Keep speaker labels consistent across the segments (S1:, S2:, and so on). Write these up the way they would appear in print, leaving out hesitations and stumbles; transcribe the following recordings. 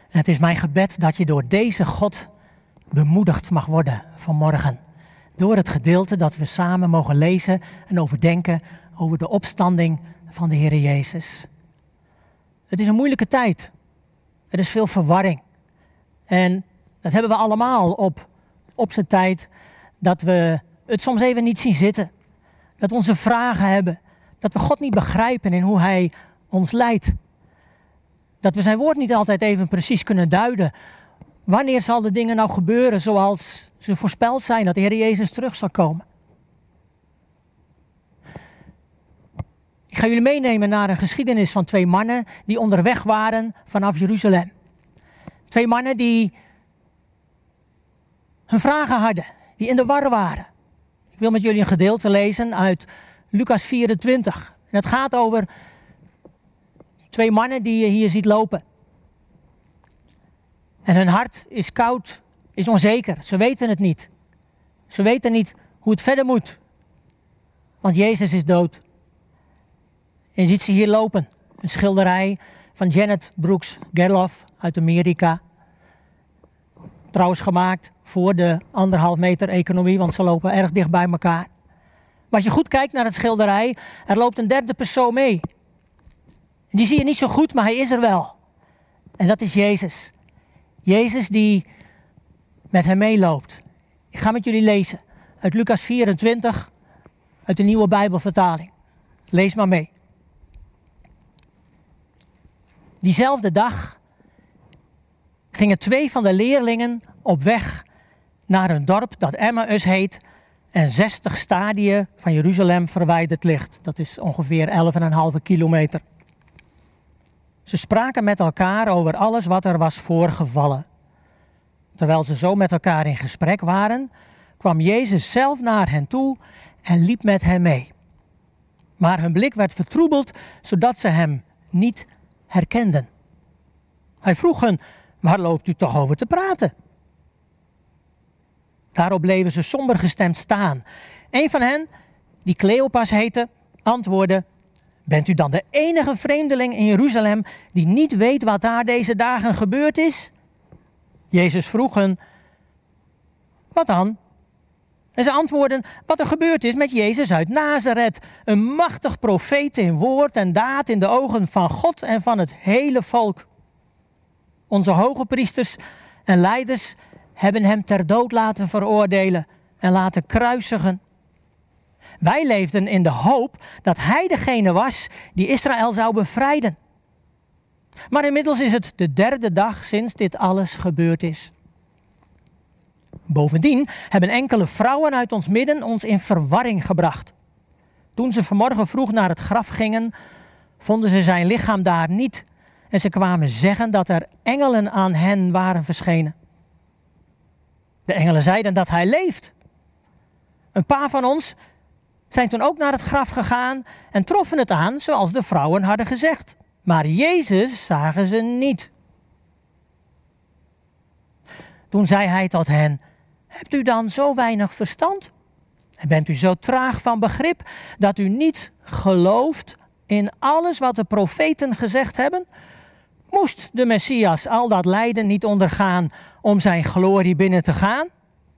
S1: En het is mijn gebed dat je door deze God bemoedigd mag worden vanmorgen. Door het gedeelte dat we samen mogen lezen en overdenken over de opstanding van de Heer Jezus. Het is een moeilijke tijd. Er is veel verwarring. En dat hebben we allemaal op zijn tijd. Dat we het soms even niet zien zitten. Dat we onze vragen hebben. Dat we God niet begrijpen in hoe Hij ons leidt. Dat we zijn woord niet altijd even precies kunnen duiden. Wanneer zal de dingen nou gebeuren zoals ze voorspeld zijn, dat de Heer Jezus terug zal komen? Ik ga jullie meenemen naar een geschiedenis van 2 mannen die onderweg waren vanaf Jeruzalem. 2 mannen die hun vragen hadden, die in de war waren. Ik wil met jullie een gedeelte lezen uit Lucas 24. En het gaat over 2 mannen die je hier ziet lopen. En hun hart is koud, is onzeker. Ze weten het niet. Ze weten niet hoe het verder moet. Want Jezus is dood. En je ziet ze hier lopen. Een schilderij van Janet Brooks Gerloff uit Amerika. Trouwens gemaakt voor de 1,5 meter economie, want ze lopen erg dicht bij elkaar. Maar als je goed kijkt naar het schilderij, er loopt een 3e persoon mee. En die zie je niet zo goed, maar hij is er wel. En dat is Jezus. Jezus die met hem meeloopt. Ik ga met jullie lezen uit Lucas 24, uit de Nieuwe Bijbelvertaling. Lees maar mee. Diezelfde dag gingen 2 van de leerlingen op weg naar een dorp dat Emmaus heet en 60 stadien van Jeruzalem verwijderd ligt. Dat is ongeveer 11,5 kilometer. Ze spraken met elkaar over alles wat er was voorgevallen. Terwijl ze zo met elkaar in gesprek waren, kwam Jezus zelf naar hen toe en liep met hen mee. Maar hun blik werd vertroebeld, zodat ze hem niet herkenden. Hij vroeg hen, waar loopt u toch over te praten? Daarop bleven ze somber gestemd staan. Een van hen, die Cleopas heette, antwoordde, bent u dan de enige vreemdeling in Jeruzalem die niet weet wat daar deze dagen gebeurd is? Jezus vroeg hen, wat dan? En ze antwoordden, wat er gebeurd is met Jezus uit Nazareth. Een machtig profeet in woord en daad in de ogen van God en van het hele volk. Onze hoge priesters en leiders hebben hem ter dood laten veroordelen en laten kruisigen. Wij leefden in de hoop dat hij degene was die Israël zou bevrijden. Maar inmiddels is het de 3e dag sinds dit alles gebeurd is. Bovendien hebben enkele vrouwen uit ons midden ons in verwarring gebracht. Toen ze vanmorgen vroeg naar het graf gingen, vonden ze zijn lichaam daar niet. En ze kwamen zeggen dat er engelen aan hen waren verschenen. De engelen zeiden dat hij leeft. Een paar van ons zijn toen ook naar het graf gegaan en troffen het aan zoals de vrouwen hadden gezegd. Maar Jezus zagen ze niet. Toen zei hij tot hen, hebt u dan zo weinig verstand? En bent u zo traag van begrip dat u niet gelooft in alles wat de profeten gezegd hebben? Moest de Messias al dat lijden niet ondergaan om zijn glorie binnen te gaan?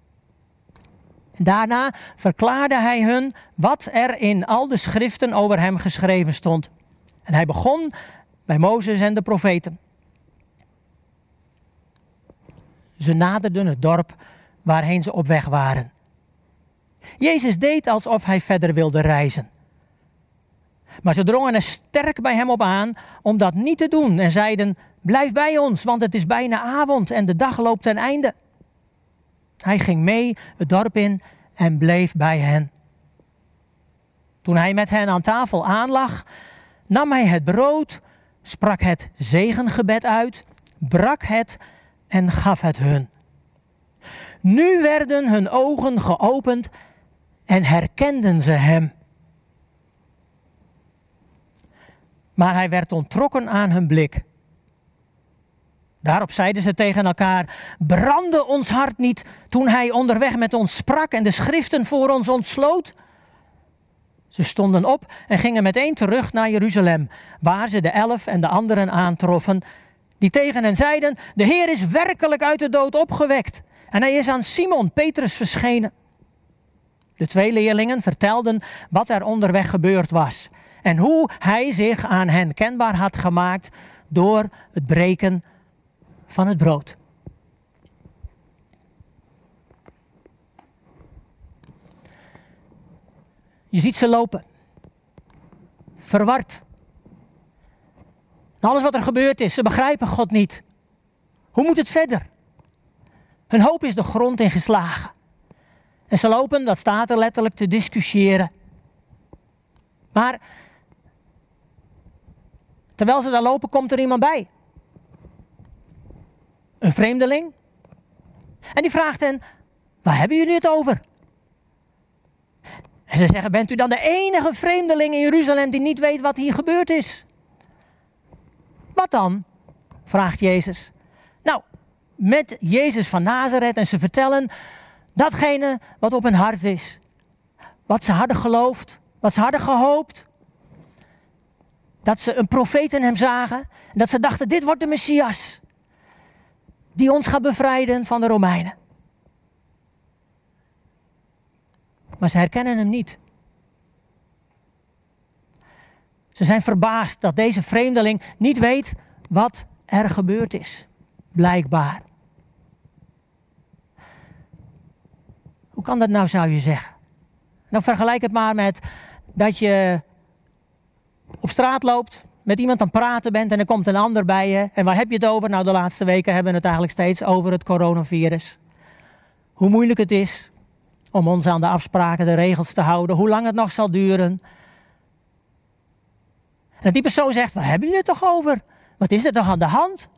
S1: Daarna verklaarde hij hun wat er in al de schriften over hem geschreven stond. En hij begon bij Mozes en de profeten. Ze naderden het dorp waarheen ze op weg waren. Jezus deed alsof hij verder wilde reizen. Maar ze drongen er sterk bij hem op aan om dat niet te doen en zeiden, blijf bij ons, want het is bijna avond en de dag loopt ten einde. Hij ging mee het dorp in en bleef bij hen. Toen hij met hen aan tafel aanlag, nam hij het brood, sprak het zegengebed uit, brak het en gaf het hun. Nu werden hun ogen geopend en herkenden ze hem. Maar hij werd onttrokken aan hun blik. Daarop zeiden ze tegen elkaar, brandde ons hart niet toen hij onderweg met ons sprak en de schriften voor ons ontsloot? Ze stonden op en gingen meteen terug naar Jeruzalem, waar ze de 11 en de anderen aantroffen die tegen hen zeiden: de Heer is werkelijk uit de dood opgewekt. En hij is aan Simon Petrus verschenen. De 2 leerlingen vertelden wat er onderweg gebeurd was. En hoe hij zich aan hen kenbaar had gemaakt door het breken van het brood. Je ziet ze lopen. Verward. Alles wat er gebeurd is, ze begrijpen God niet. Hoe moet het verder? Hun hoop is de grond ingeslagen. En ze lopen, dat staat er letterlijk, te discussiëren. Maar terwijl ze daar lopen, komt er iemand bij. Een vreemdeling. En die vraagt hen: waar hebben jullie het over? En ze zeggen: bent u dan de enige vreemdeling in Jeruzalem die niet weet wat hier gebeurd is? Wat dan? Vraagt Jezus. Nou, met Jezus van Nazareth, en ze vertellen datgene wat op hun hart is. Wat ze hadden geloofd, wat ze hadden gehoopt. Dat ze een profeet in hem zagen. En dat ze dachten: dit wordt de Messias. Die ons gaat bevrijden van de Romeinen. Maar ze herkennen hem niet. Ze zijn verbaasd dat deze vreemdeling niet weet wat er gebeurd is. Blijkbaar. Hoe kan dat nou, zou je zeggen? Nou, vergelijk het maar met dat je op straat loopt, met iemand aan het praten bent en er komt een ander bij je. En waar heb je het over? Nou, de laatste weken hebben we het eigenlijk steeds over het coronavirus. Hoe moeilijk het is om ons aan de afspraken, de regels te houden. Hoe lang het nog zal duren. En die persoon zegt: waar hebben jullie het toch over? Wat is er toch aan de hand?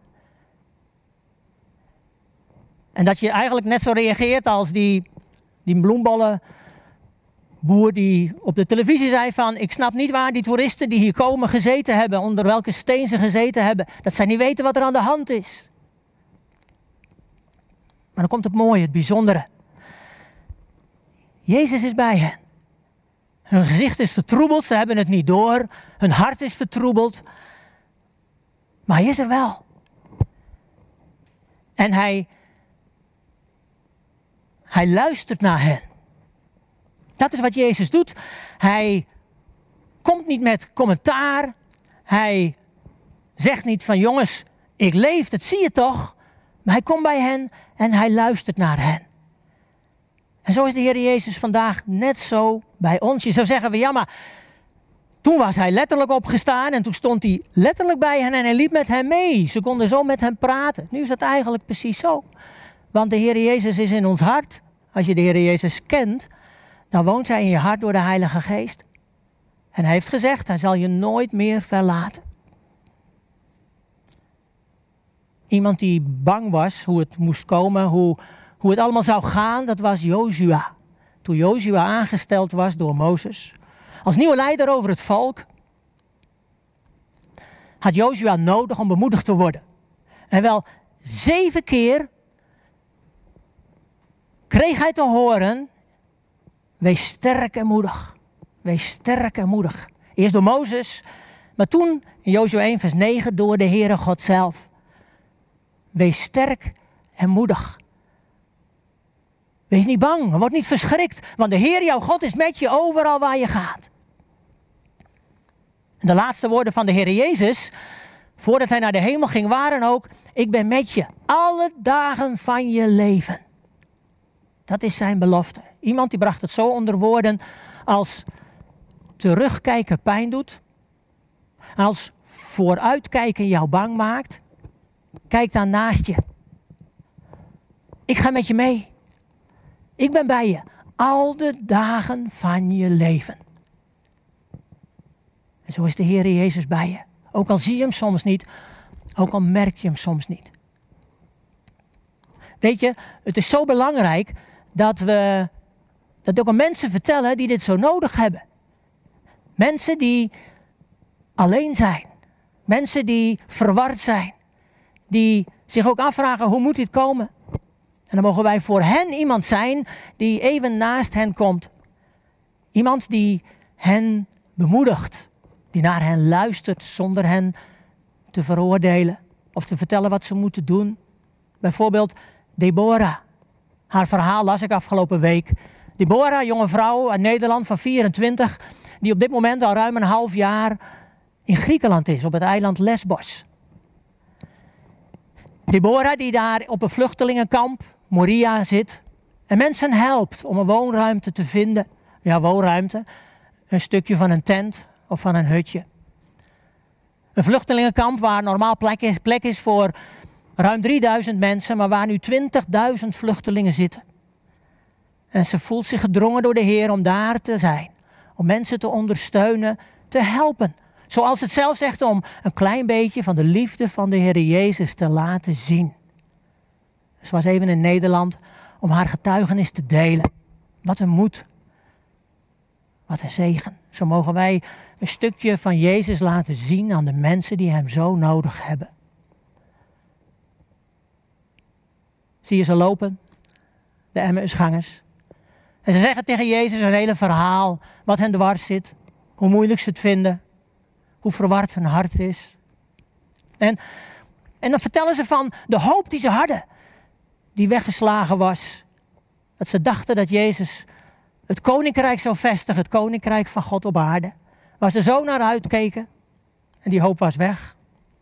S1: En dat je eigenlijk net zo reageert als die bloembollenboer die op de televisie zei van: ik snap niet waar die toeristen die hier komen gezeten hebben, onder welke steen ze gezeten hebben, dat zij niet weten wat er aan de hand is. Maar dan komt het mooie, het bijzondere. Jezus is bij hen. Hun gezicht is vertroebeld, ze hebben het niet door. Hun hart is vertroebeld. Maar hij is er wel. En hij luistert naar hen. Dat is wat Jezus doet. Hij komt niet met commentaar. Hij zegt niet van: jongens, ik leef, dat zie je toch. Maar hij komt bij hen en hij luistert naar hen. En zo is de Heer Jezus vandaag net zo bij ons. Je zou zeggen: ja, maar toen was hij letterlijk opgestaan en toen stond hij letterlijk bij hen en hij liep met hen mee. Ze konden zo met hem praten. Nu is het eigenlijk precies zo. Want de Heer Jezus is in ons hart. Als je de Heer Jezus kent, dan woont hij in je hart door de Heilige Geest. En hij heeft gezegd: hij zal je nooit meer verlaten. Iemand die bang was hoe het moest komen, hoe het allemaal zou gaan, dat was Jozua. Toen Jozua aangesteld was door Mozes als nieuwe leider over het volk, had Jozua nodig om bemoedigd te worden. En wel 7 keer kreeg hij te horen: wees sterk en moedig. Wees sterk en moedig. Eerst door Mozes, maar toen in Jozua 1 vers 9 door de Heere God zelf. Wees sterk en moedig. Wees niet bang, word niet verschrikt, want de Heer jouw God is met je overal waar je gaat. En de laatste woorden van de Heer Jezus, voordat hij naar de hemel ging, waren ook: ik ben met je alle dagen van je leven. Dat is zijn belofte. Iemand die bracht het zo onder woorden: als terugkijken pijn doet, als vooruitkijken jou bang maakt, kijk dan naast je. Ik ga met je mee. Ik ben bij je al de dagen van je leven. En zo is de Heer Jezus bij je. Ook al zie je hem soms niet, ook al merk je hem soms niet. Weet je, het is zo belangrijk dat ook aan mensen vertellen die dit zo nodig hebben. Mensen die alleen zijn. Mensen die verward zijn. Die zich ook afvragen: hoe moet dit komen? En dan mogen wij voor hen iemand zijn die even naast hen komt. Iemand die hen bemoedigt. Die naar hen luistert zonder hen te veroordelen. of te vertellen wat ze moeten doen. Bijvoorbeeld Deborah. Haar verhaal las ik afgelopen week. Deborah, jonge vrouw uit Nederland van 24, die op dit moment al ruim een half jaar in Griekenland is, op het eiland Lesbos. Deborah die daar op een vluchtelingenkamp, Moria, zit en mensen helpt om een woonruimte te vinden. Ja, woonruimte, een stukje van een tent of van een hutje. Een vluchtelingenkamp waar normaal plek is voor ruim 3000 mensen, maar waar nu 20.000 vluchtelingen zitten. En ze voelt zich gedrongen door de Heer om daar te zijn. Om mensen te ondersteunen, te helpen. Zoals het zelf zegt, om een klein beetje van de liefde van de Heer Jezus te laten zien. Ze was even in Nederland om haar getuigenis te delen. Wat een moed. Wat een zegen. Zo mogen wij een stukje van Jezus laten zien aan de mensen die hem zo nodig hebben. Zie je ze lopen, de Emmausgangers. En ze zeggen tegen Jezus een hele verhaal, wat hen dwars zit, hoe moeilijk ze het vinden, hoe verward hun hart is. En dan vertellen ze van de hoop die ze hadden, die weggeslagen was. Dat ze dachten dat Jezus het koninkrijk zou vestigen, het koninkrijk van God op aarde. Waar ze zo naar uitkeken en die hoop was weg.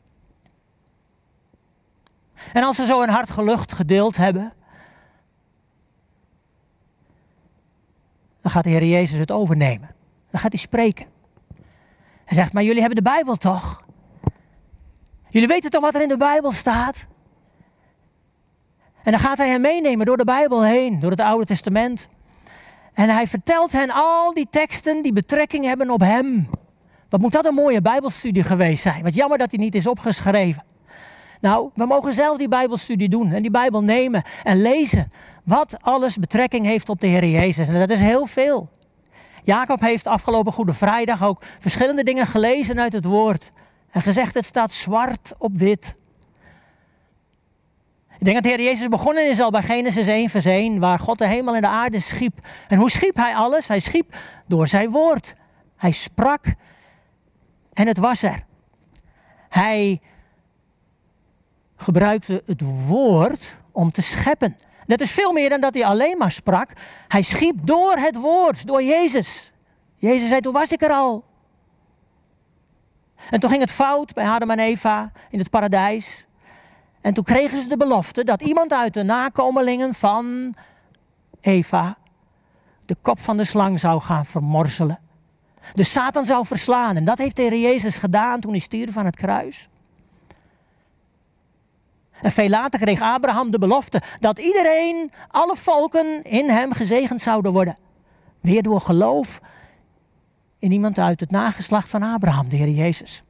S1: En als ze zo hun hart gelucht gedeeld hebben, dan gaat de Heer Jezus het overnemen. Dan gaat hij spreken. Hij zegt, maar jullie hebben de Bijbel toch? Jullie weten toch wat er in de Bijbel staat? En dan gaat hij hen meenemen door de Bijbel heen, door het Oude Testament. En hij vertelt hen al die teksten die betrekking hebben op hem. Wat moet dat een mooie Bijbelstudie geweest zijn. Wat jammer dat die niet is opgeschreven. Nou, we mogen zelf die Bijbelstudie doen en die Bijbel nemen en lezen. Wat alles betrekking heeft op de Heer Jezus. En dat is heel veel. Jacob heeft afgelopen Goede Vrijdag ook verschillende dingen gelezen uit het woord. En gezegd, het staat zwart op wit. Ik denk dat de Heer Jezus begonnen is al bij Genesis 1 vers 1, waar God de hemel en de aarde schiep. En hoe schiep hij alles? Hij schiep door zijn woord. Hij sprak en het was er. Hij gebruikte het woord om te scheppen. Dat is veel meer dan dat hij alleen maar sprak. Hij schiep door het woord, door Jezus. Jezus zei, toen was ik er al. En toen ging het fout bij Adam en Eva in het paradijs. En toen kregen ze de belofte dat iemand uit de nakomelingen van Eva de kop van de slang zou gaan vermorzelen. De Satan zou verslaan. En dat heeft de Heer Jezus gedaan toen hij stierf aan het kruis. En veel later kreeg Abraham de belofte dat iedereen, alle volken in hem gezegend zouden worden. Weer door geloof in iemand uit het nageslacht van Abraham, de Heer Jezus.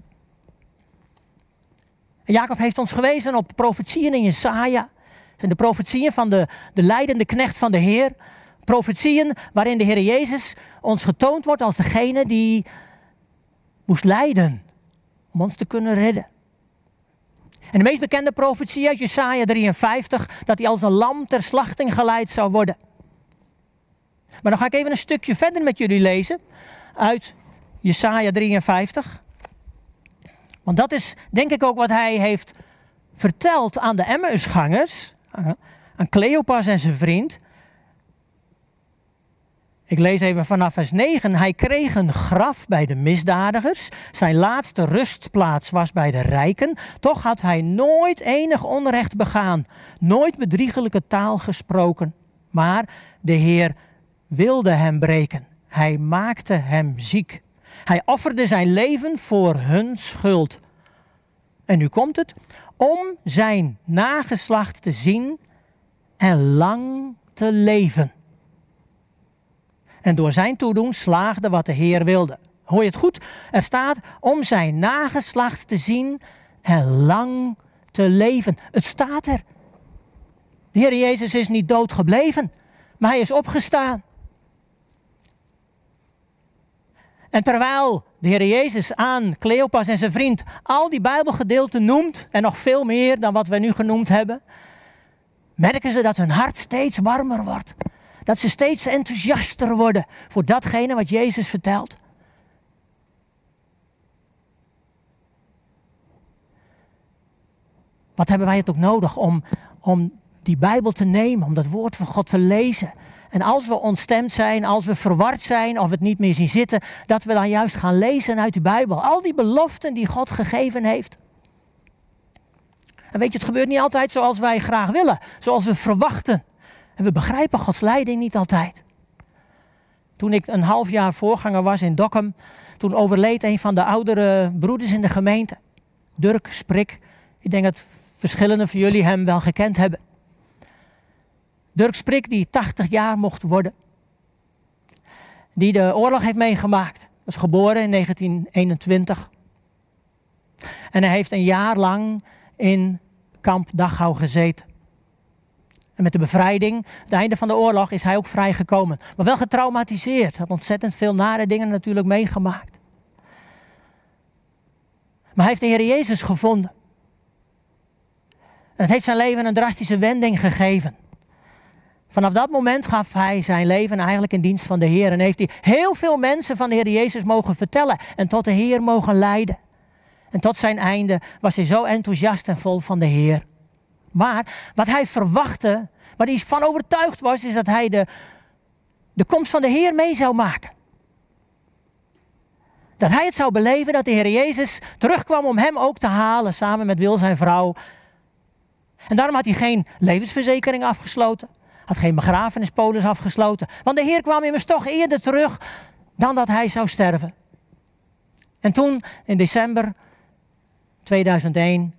S1: En Jacob heeft ons gewezen op profetieën in Jesaja. Dat zijn de profetieën van de leidende knecht van de Heer. Profetieën waarin de Heer Jezus ons getoond wordt als degene die moest lijden om ons te kunnen redden. En de meest bekende profetie uit Jesaja 53, dat hij als een lam ter slachting geleid zou worden. Maar dan ga ik even een stukje verder met jullie lezen uit Jesaja 53. Want dat is denk ik ook wat hij heeft verteld aan de Emmausgangers, aan Cleopas en zijn vriend. Ik lees even vanaf vers 9. Hij kreeg een graf bij de misdadigers. Zijn laatste rustplaats was bij de rijken. Toch had hij nooit enig onrecht begaan. Nooit bedriegelijke taal gesproken. Maar de Heer wilde hem breken. Hij maakte hem ziek. Hij offerde zijn leven voor hun schuld. En nu komt het. Om zijn nageslacht te zien en lang te leven. En door zijn toedoen slaagde wat de Heer wilde. Hoor je het goed? Er staat om zijn nageslacht te zien en lang te leven. Het staat er. De Heer Jezus is niet dood gebleven, maar hij is opgestaan. En terwijl de Heer Jezus aan Cleopas en zijn vriend al die Bijbelgedeelten noemt, en nog veel meer dan wat we nu genoemd hebben, merken ze dat hun hart steeds warmer wordt. Dat ze steeds enthousiaster worden voor datgene wat Jezus vertelt. Wat hebben wij het ook nodig om die Bijbel te nemen, om dat woord van God te lezen. En als we ontstemd zijn, als we verward zijn of we het niet meer zien zitten, dat we dan juist gaan lezen uit de Bijbel. Al die beloften die God gegeven heeft. En weet je, het gebeurt niet altijd zoals wij graag willen, zoals we verwachten. En we begrijpen Gods leiding niet altijd. Toen ik een half jaar voorganger was in Dokkum, toen overleed een van de oudere broeders in de gemeente. Dirk Sprik. Ik denk dat verschillende van jullie hem wel gekend hebben. Dirk Sprik, die 80 jaar mocht worden. Die de oorlog heeft meegemaakt. Was geboren in 1921. En hij heeft een jaar lang in kamp Dachau gezeten. En met de bevrijding, het einde van de oorlog, is hij ook vrijgekomen. Maar wel getraumatiseerd. Had ontzettend veel nare dingen natuurlijk meegemaakt. Maar hij heeft de Heer Jezus gevonden. En het heeft zijn leven een drastische wending gegeven. Vanaf dat moment gaf hij zijn leven eigenlijk in dienst van de Heer. En heeft hij heel veel mensen van de Heer Jezus mogen vertellen. En tot de Heer mogen leiden. En tot zijn einde was hij zo enthousiast en vol van de Heer. Maar wat hij verwachtte, waar hij van overtuigd was, is dat hij de komst van de Heer mee zou maken. Dat hij het zou beleven dat de Heer Jezus terugkwam om hem ook te halen, samen met Wil zijn vrouw. En daarom had hij geen levensverzekering afgesloten. Had geen begrafenispolis afgesloten. Want de Heer kwam immers toch eerder terug dan dat hij zou sterven. En toen, in december 2001,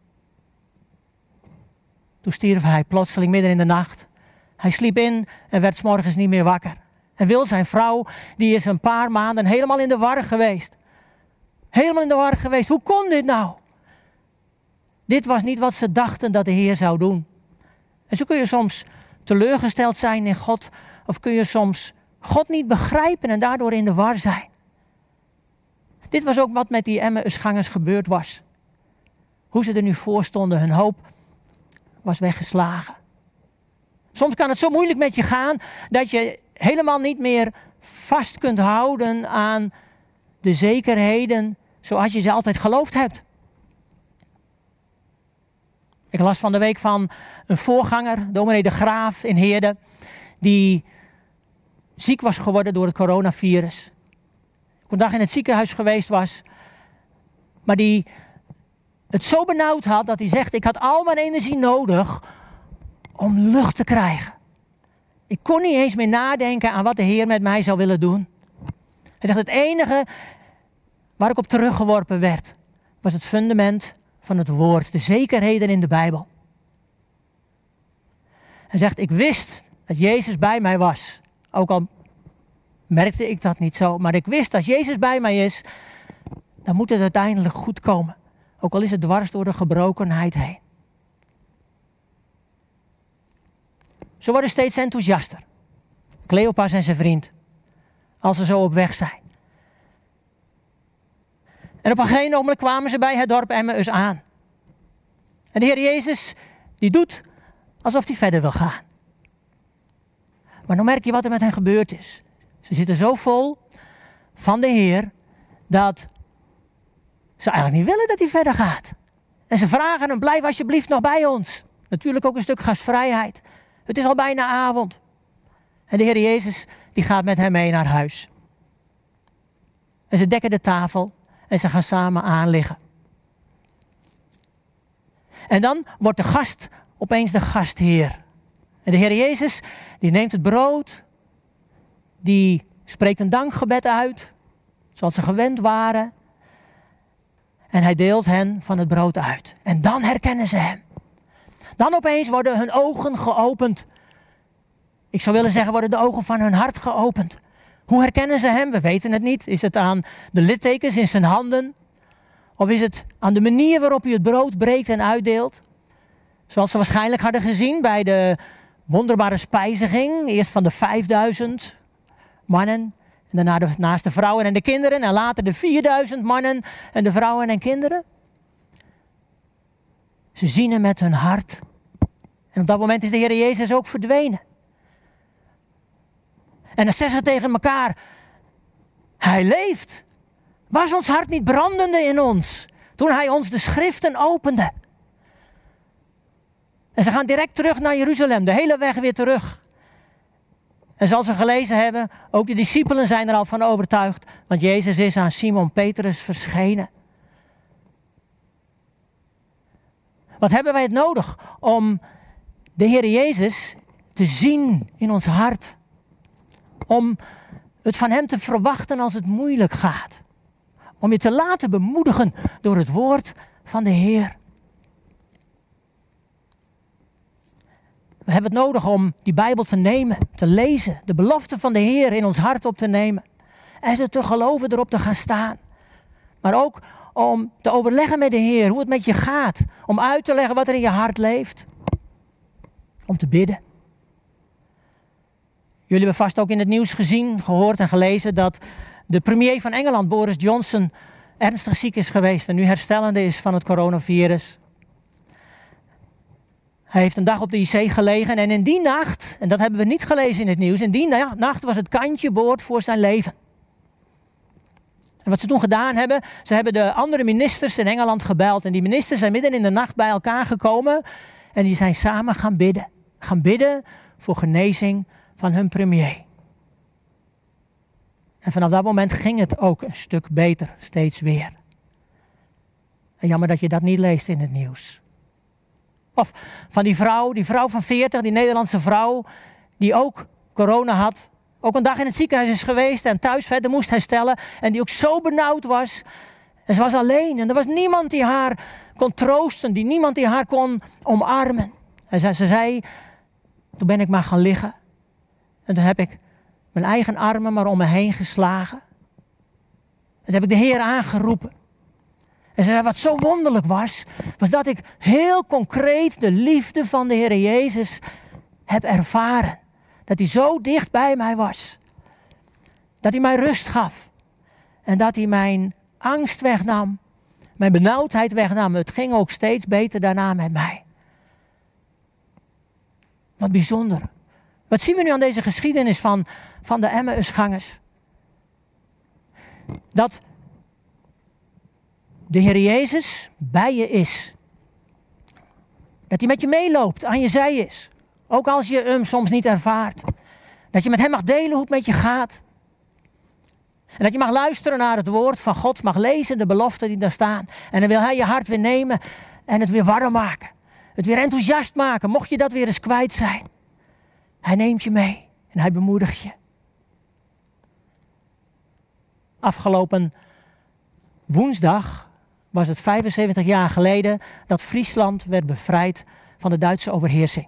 S1: toen stierf hij plotseling midden in de nacht. Hij sliep in en werd 's morgens niet meer wakker. En Wil, zijn vrouw, die is een paar maanden helemaal in de war geweest. Helemaal in de war geweest. Hoe kon dit nou? Dit was niet wat ze dachten dat de Heer zou doen. En zo kun je soms teleurgesteld zijn in God. Of kun je soms God niet begrijpen en daardoor in de war zijn. Dit was ook wat met die Emmausgangers gebeurd was. Hoe ze er nu voor stonden, hun hoop was weggeslagen. Soms kan het zo moeilijk met je gaan dat je helemaal niet meer vast kunt houden aan de zekerheden zoals je ze altijd geloofd hebt. Ik las van de week van een voorganger, dominee De Graaf in Heerde, die ziek was geworden door het coronavirus. Een dag in het ziekenhuis geweest was, maar die het zo benauwd had dat hij zegt, ik had al mijn energie nodig om lucht te krijgen. Ik kon niet eens meer nadenken aan wat de Heer met mij zou willen doen. Hij zegt, het enige waar ik op teruggeworpen werd, was het fundament van het woord, de zekerheden in de Bijbel. Hij zegt, ik wist dat Jezus bij mij was. Ook al merkte ik dat niet zo, maar ik wist als Jezus bij mij is, dan moet het uiteindelijk goed komen. Ook al is het dwars door de gebrokenheid heen. Ze worden steeds enthousiaster. Cleopas en zijn vriend. Als ze zo op weg zijn. En op een gegeven moment kwamen ze bij het dorp Emmaus aan. En de Heer Jezus, die doet alsof hij verder wil gaan. Maar dan merk je wat er met hen gebeurd is. Ze zitten zo vol van de Heer, dat ze eigenlijk niet willen dat hij verder gaat. En ze vragen hem, blijf alsjeblieft nog bij ons. Natuurlijk ook een stuk gastvrijheid. Het is al bijna avond. En de Heer Jezus, die gaat met hem mee naar huis. En ze dekken de tafel en ze gaan samen aanliggen. En dan wordt de gast opeens de gastheer. En de Heer Jezus, die neemt het brood, die spreekt een dankgebed uit, zoals ze gewend waren. En hij deelt hen van het brood uit. En dan herkennen ze hem. Dan opeens worden hun ogen geopend. Ik zou willen zeggen, worden de ogen van hun hart geopend. Hoe herkennen ze hem? We weten het niet. Is het aan de littekens in zijn handen? Of is het aan de manier waarop hij het brood breekt en uitdeelt? Zoals ze waarschijnlijk hadden gezien bij de wonderbare spijziging. Eerst van de 5000 mannen. En daarna naast de vrouwen en de kinderen. En later de 4000 mannen en de vrouwen en kinderen. Ze zien hem met hun hart. En op dat moment is de Heer Jezus ook verdwenen. En dan zeggen ze tegen elkaar, hij leeft. Was ons hart niet brandende in ons, toen hij ons de schriften opende? En ze gaan direct terug naar Jeruzalem, de hele weg weer terug. En zoals we gelezen hebben, ook de discipelen zijn er al van overtuigd, want Jezus is aan Simon Petrus verschenen. Wat hebben wij het nodig om de Heer Jezus te zien in ons hart? Om het van Hem te verwachten als het moeilijk gaat. Om je te laten bemoedigen door het woord van de Heer. We hebben het nodig om die Bijbel te nemen, te lezen. De belofte van de Heer in ons hart op te nemen. En ze te geloven, erop te gaan staan. Maar ook om te overleggen met de Heer hoe het met je gaat. Om uit te leggen wat er in je hart leeft. Om te bidden. Jullie hebben vast ook in het nieuws gezien, gehoord en gelezen dat de premier van Engeland, Boris Johnson, ernstig ziek is geweest en nu herstellende is van het coronavirus. Hij heeft een dag op de IC gelegen en in die nacht, en dat hebben we niet gelezen in het nieuws, in die nacht was het kantje boord voor zijn leven. En wat ze toen gedaan hebben, ze hebben de andere ministers in Engeland gebeld en die ministers zijn midden in de nacht bij elkaar gekomen en die zijn samen gaan bidden. Gaan bidden voor genezing van hun premier. En vanaf dat moment ging het ook een stuk beter, steeds weer. En jammer dat je dat niet leest in het nieuws. Of van die vrouw van 40, die Nederlandse vrouw, die ook corona had. Ook een dag in het ziekenhuis is geweest en thuis verder moest herstellen. En die ook zo benauwd was. En ze was alleen en er was niemand die haar kon troosten, niemand die haar kon omarmen. En ze zei, toen ben ik maar gaan liggen. En toen heb ik mijn eigen armen maar om me heen geslagen. En toen heb ik de Heer aangeroepen. En ze zei, wat zo wonderlijk was dat ik heel concreet de liefde van de Heer Jezus heb ervaren. Dat hij zo dicht bij mij was. Dat hij mij rust gaf. En dat hij mijn angst wegnam. Mijn benauwdheid wegnam. Het ging ook steeds beter daarna met mij. Wat bijzonder. Wat zien we nu aan deze geschiedenis van de Emmausgangers? Dat de Heer Jezus bij je is. Dat hij met je meeloopt, aan je zij is. Ook als je hem soms niet ervaart. Dat je met hem mag delen hoe het met je gaat. En dat je mag luisteren naar het woord van God, mag lezen de beloften die daar staan. En dan wil hij je hart weer nemen en het weer warm maken. Het weer enthousiast maken, mocht je dat weer eens kwijt zijn. Hij neemt je mee en hij bemoedigt je. Afgelopen woensdag was het 75 jaar geleden dat Friesland werd bevrijd van de Duitse overheersing.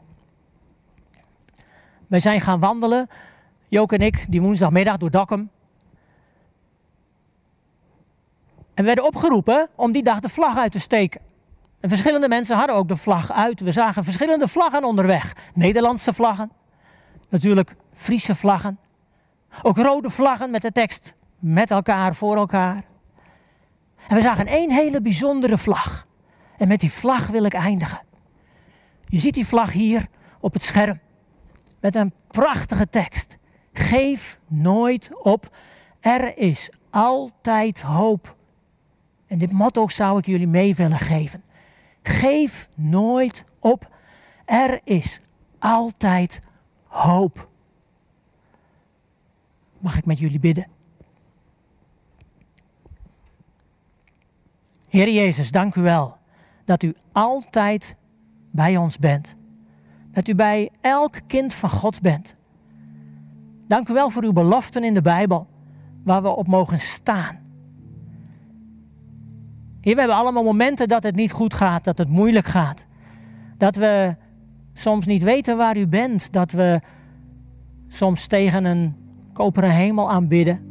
S1: Wij zijn gaan wandelen, Joke en ik, die woensdagmiddag door Dokkum. En we werden opgeroepen om die dag de vlag uit te steken. En verschillende mensen hadden ook de vlag uit. We zagen verschillende vlaggen onderweg. Nederlandse vlaggen. Natuurlijk Friese vlaggen. Ook rode vlaggen met de tekst met elkaar, voor elkaar. En we zagen één hele bijzondere vlag. En met die vlag wil ik eindigen. Je ziet die vlag hier op het scherm. Met een prachtige tekst. Geef nooit op. Er is altijd hoop. En dit motto zou ik jullie mee willen geven. Geef nooit op. Er is altijd hoop. Mag ik met jullie bidden? Heer Jezus, dank u wel dat u altijd bij ons bent. Dat u bij elk kind van God bent. Dank u wel voor uw beloften in de Bijbel, waar we op mogen staan. Heer, we hebben allemaal momenten dat het niet goed gaat, dat het moeilijk gaat. Dat we soms niet weten waar u bent, dat we soms tegen een koperen hemel aanbidden.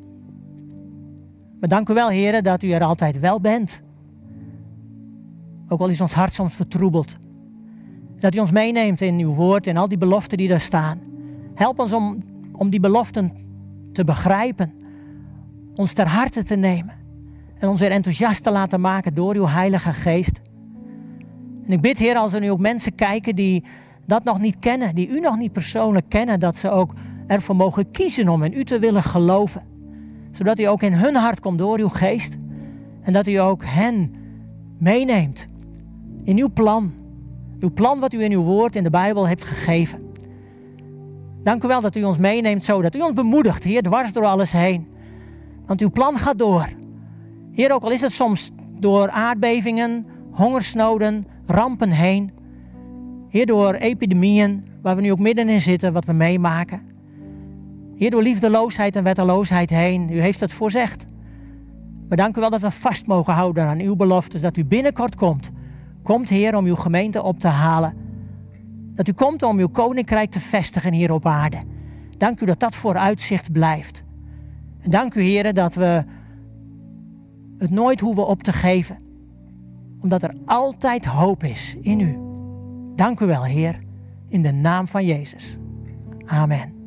S1: Maar dank u wel, Heer, dat u er altijd wel bent. Ook al is ons hart soms vertroebeld. Dat u ons meeneemt in uw woord en al die beloften die daar staan. Help ons om die beloften te begrijpen. Ons ter harte te nemen. En ons weer enthousiast te laten maken door uw Heilige Geest. En ik bid, Heer, als er nu ook mensen kijken die dat nog niet kennen. Die u nog niet persoonlijk kennen. Dat ze ook ervoor mogen kiezen om in u te willen geloven. Zodat u ook in hun hart komt door uw Geest. En dat u ook hen meeneemt in uw plan. Uw plan wat u in uw woord in de Bijbel hebt gegeven. Dank u wel dat u ons meeneemt zo, dat u ons bemoedigt, Heer, dwars door alles heen. Want uw plan gaat door. Heer, ook al is het soms door aardbevingen, hongersnoden, rampen heen. Heer, door epidemieën, waar we nu ook middenin zitten, wat we meemaken. Heer, door liefdeloosheid en wetteloosheid heen. U heeft het voorzegd. Maar dank u wel dat we vast mogen houden aan uw beloftes, dat u binnenkort komt. Komt, Heer, om uw gemeente op te halen. Dat u komt om uw koninkrijk te vestigen hier op aarde. Dank u dat dat vooruitzicht blijft. En dank u, Heer, dat we het nooit hoeven op te geven. Omdat er altijd hoop is in u. Dank u wel, Heer, in de naam van Jezus. Amen.